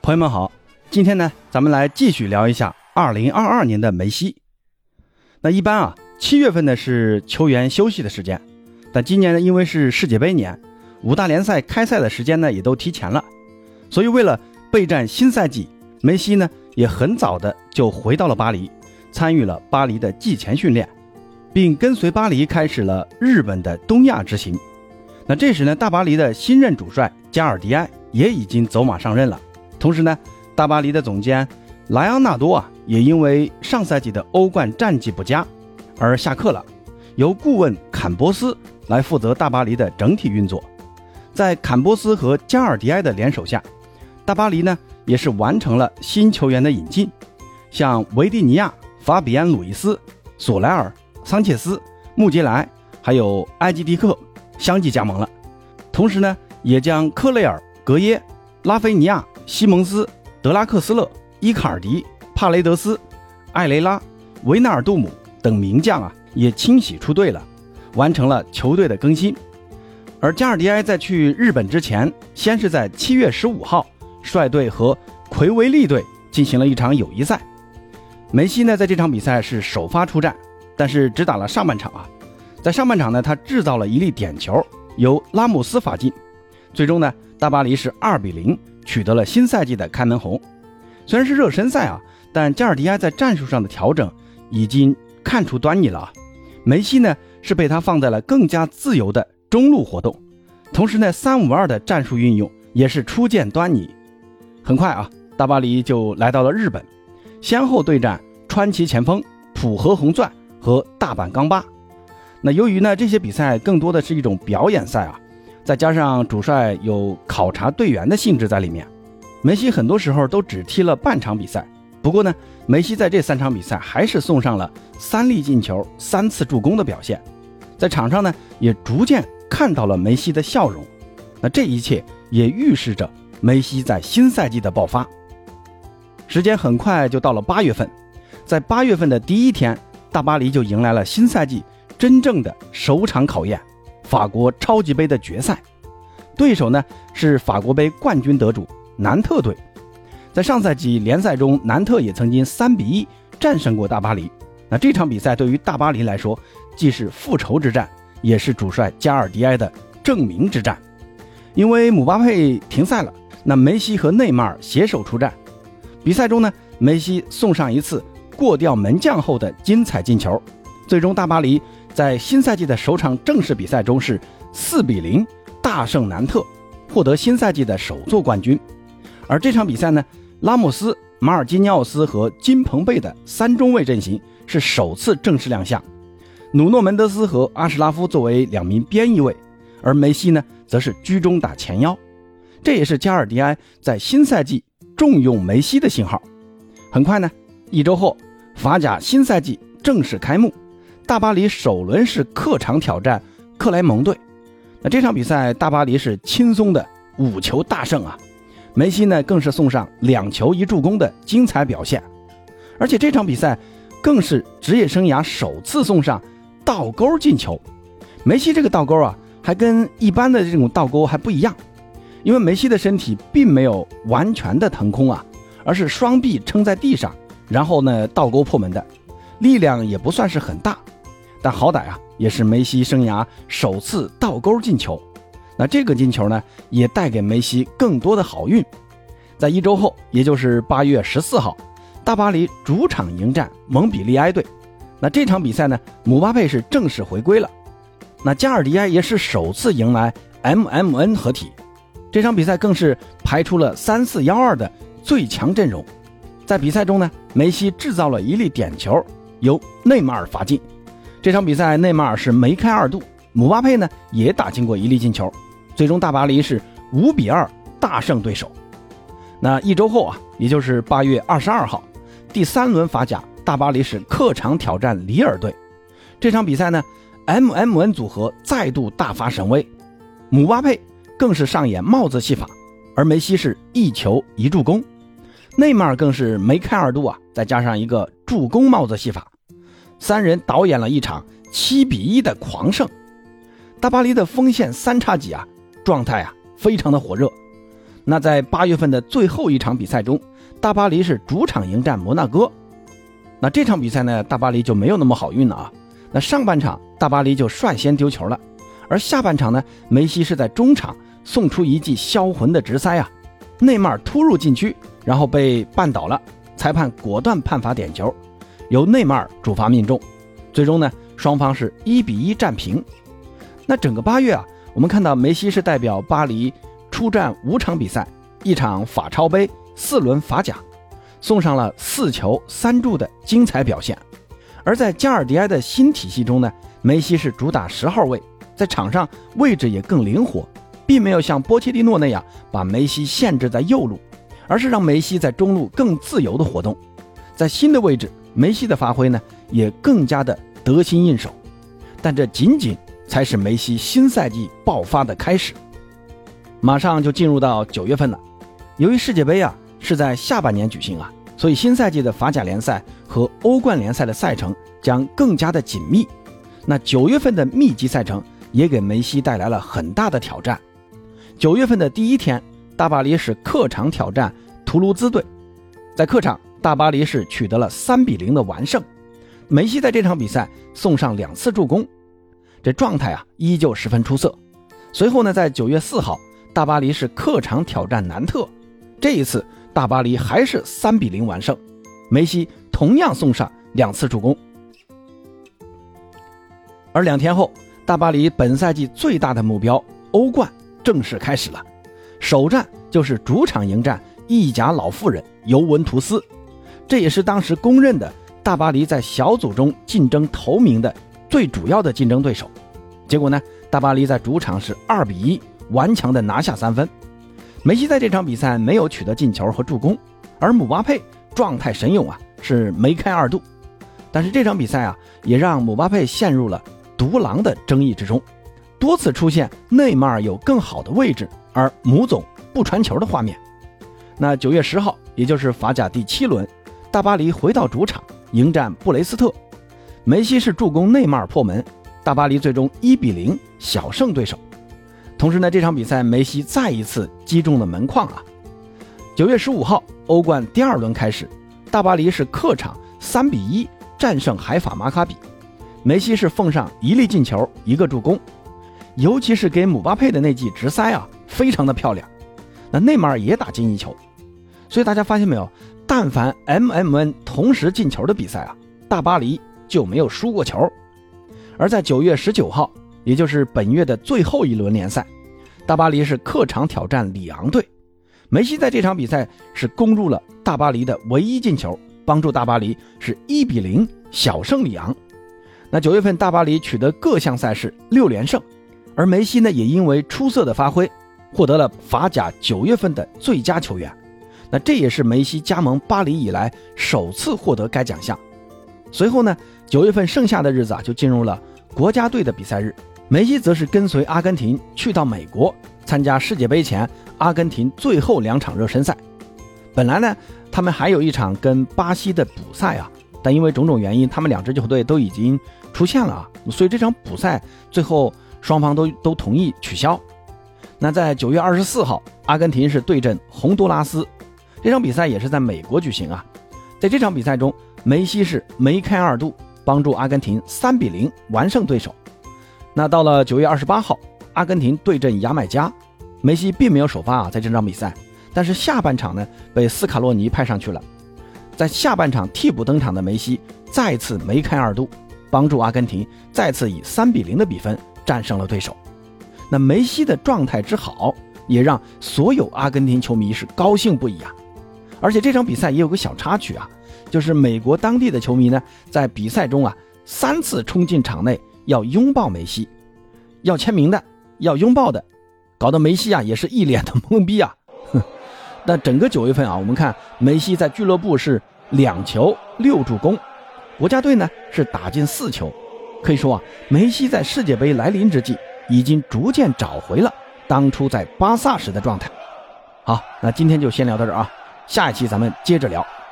朋友们好，今天呢，咱们来继续聊一下2022年的梅西。那一般7月份呢是球员休息的时间，但今年呢，因为是世界杯年，5大联赛开赛的时间呢也都提前了，所以为了备战新赛季，梅西呢也很早的就回到了巴黎，参与了巴黎的季前训练，并跟随巴黎开始了日本的东亚之行。那这时呢，大巴黎的新任主帅加尔迪埃也已经走马上任了。同时呢，大巴黎的总监莱昂纳多也因为上赛季的欧冠战绩不佳而下课了，由顾问坎波斯来负责大巴黎的整体运作。在坎波斯和加尔迪埃的联手下，大巴黎呢也是完成了新球员的引进，像维蒂尼亚、法比安·鲁伊斯、索莱尔、桑切斯、穆杰莱还有埃基蒂克相继加盟了。同时呢，也将科雷尔、格耶、拉菲尼亚、西蒙斯、德拉克斯勒、伊卡尔迪、帕雷德斯、艾雷拉、维纳尔杜姆等名将也清洗出队了，完成了球队的更新。而加尔迪埃在去日本之前，先是在7月15号率队和魁违利队进行了一场友谊赛。梅西呢在这场比赛是首发出战，但是只打了上半场在上半场呢，他制造了一粒点球，由拉莫斯罚进。最终呢，大巴黎是2-0取得了新赛季的开门红。虽然是热身赛但加尔迪埃在战术上的调整已经看出端倪了梅西呢是被他放在了更加自由的中路活动，同时呢352的战术运用也是初见端倪。很快大巴黎就来到了日本，先后对战川崎前锋、浦和红钻和大阪钢巴。那由于呢这些比赛更多的是一种表演赛再加上主帅有考察队员的性质在里面，梅西很多时候都只踢了半场比赛。不过呢，梅西在这3场比赛还是送上了3粒进球、3次助攻的表现，在场上呢也逐渐看到了梅西的笑容。那这一切也预示着梅西在新赛季的爆发。时间很快就到了8月份，在8月份的第一天，大巴黎就迎来了新赛季真正的首场考验，法国超级杯的决赛。对手呢是法国杯冠军得主南特队。在上赛季联赛中，南特也曾经3-1战胜过大巴黎。那这场比赛对于大巴黎来说，既是复仇之战，也是主帅加尔迪埃的证明之战。因为姆巴佩停赛了，那梅西和内马尔携手出战。比赛中呢，梅西送上一次过掉门将后的精彩进球。最终大巴黎在新赛季的首场正式比赛中是4-0大胜南特，获得新赛季的首座冠军。而这场比赛呢，拉莫斯、马尔基尼奥斯和金彭贝的3中卫阵型是首次正式亮相，努诺门德斯和阿什拉夫作为2名边翼卫，而梅西呢则是居中打前腰。这也是加尔迪埃在新赛季重用梅西的信号。很快呢，1周后，法甲新赛季正式开幕，大巴黎首轮是客场挑战克莱蒙队。那这场比赛大巴黎是轻松的5球大胜梅西呢更是送上2球1助攻的精彩表现。而且这场比赛更是职业生涯首次送上倒钩进球。梅西这个倒钩还跟一般的这种倒钩还不一样，因为梅西的身体并没有完全的腾空而是双臂撑在地上，然后呢倒钩破门的，力量也不算是很大，但好歹也是梅西生涯首次倒钩进球。那这个进球呢也带给梅西更多的好运。在1周后，也就是8月14号，大巴黎主场迎战蒙彼利埃队。那这场比赛呢，姆巴佩是正式回归了，那加尔迪埃也是首次迎来 MMN 合体。这场比赛更是排出了3-4-1-2的最强阵容。在比赛中呢，梅西制造了一粒点球，由内马尔罚进。这场比赛内马尔是梅开2度，姆巴佩呢也打进过一粒进球。最终大巴黎是5-2大胜对手。那1周后也就是8月22号，第3轮法甲，大巴黎是客场挑战里尔队。这场比赛呢， MMN 组合再度大发神威，姆巴佩更是上演帽子戏法，而梅西是1球1助攻，内马尔更是梅开2度再加上一个助攻帽子戏法，3人导演了一场7-1的狂胜。大巴黎的锋线3叉戟状态非常的火热。 那在8月份的最后一场比赛中，大巴黎是主场迎战摩纳哥。那这场比赛呢，大巴黎就没有那么好运了啊。那上半场大巴黎就率先丢球了，而下半场呢，梅西是在中场送出一记销魂的直塞啊，内马尔突入禁区，然后被绊倒了，裁判果断判罚点球，由内马尔主罚命中，最终呢，双方是1-1战平。那整个8月啊，我们看到梅西是代表巴黎出战5场比赛，1场法超杯，4轮法甲，送上了4球3助的精彩表现。而在加尔迪埃的新体系中呢，梅西是主打10号位，在场上位置也更灵活，并没有像波切蒂诺那样把梅西限制在右路，而是让梅西在中路更自由的活动。在新的位置，梅西的发挥呢也更加的得心应手，但这仅仅才是梅西新赛季爆发的开始。马上就进入到9月份了，由于世界杯啊是在下半年举行啊，所以新赛季的法甲联赛和欧冠联赛的赛程将更加的紧密。那9月份的密集赛程也给梅西带来了很大的挑战。9月份的第一天，大巴黎是客场挑战图卢兹队，在客场大巴黎是取得了3-0的完胜。梅西在这场比赛送上2次助攻，这状态啊依旧十分出色。随后呢，在9月4号，大巴黎是客场挑战南特，这一次大巴黎还是3-0完胜，梅西同样送上2次助攻。而2天后，大巴黎本赛季最大的目标欧冠正式开始了，首战就是主场迎战意甲老妇人尤文图斯，这也是当时公认的大巴黎在小组中竞争头名的最主要的竞争对手。结果呢，大巴黎在主场是2-1顽强的拿下3分。梅西在这场比赛没有取得进球和助攻，而姆巴佩状态神勇啊，是梅开2度。但是这场比赛啊，也让姆巴佩陷入了独狼的争议之中，多次出现内马尔有更好的位置而姆总不传球的画面。那9月10号，也就是法甲第7轮，大巴黎回到主场迎战布雷斯特，梅西是助攻内马尔破门，大巴黎最终1-0小胜对手。同时呢，这场比赛梅西再一次击中了门框啊。9月15号，欧冠第2轮开始，大巴黎是客场3-1战胜海法马卡比，梅西是奉上1粒进球1个助攻，尤其是给姆巴佩的那记直塞啊，非常的漂亮。那内马尔也打进1球，所以大家发现没有，但凡 MMN 同时进球的比赛啊，大巴黎就没有输过球。而在9月19号，也就是本月的最后一轮联赛，大巴黎是客场挑战里昂队，梅西在这场比赛是攻入了大巴黎的唯一进球，帮助大巴黎是1-0小胜里昂。那9月份大巴黎取得各项赛事6连胜，而梅西呢也因为出色的发挥获得了法甲9月份的最佳球员。那这也是梅西加盟巴黎以来首次获得该奖项。随后呢，9月份剩下的日子啊，就进入了国家队的比赛日，梅西则是跟随阿根廷去到美国参加世界杯前阿根廷最后2场热身赛。本来呢，他们还有一场跟巴西的补赛啊，但因为种种原因，他们2支球队都已经出现了啊，所以这场补赛最后双方都同意取消。那在9月24号，阿根廷是对阵洪都拉斯，这场比赛也是在美国举行啊。在这场比赛中，梅西是梅开2度，帮助阿根廷3-0完胜对手。那到了9月28号，阿根廷对阵牙买加，梅西并没有首发啊，在这场比赛，但是下半场呢被斯卡洛尼派上去了。在下半场替补登场的梅西再次梅开2度，帮助阿根廷再次以3-0的比分战胜了对手。那梅西的状态之好，也让所有阿根廷球迷是高兴不已啊。而且这场比赛也有个小插曲啊，就是美国当地的球迷呢，在比赛中啊3次冲进场内要拥抱梅西，要签名的，要拥抱的，搞得梅西啊也是一脸的懵逼啊。那整个9月份啊，我们看梅西在俱乐部是2球6助攻，国家队呢是打进4球。可以说啊，梅西在世界杯来临之际，已经逐渐找回了当初在巴萨时的状态。好，那今天就先聊到这儿啊，下一期咱们接着聊。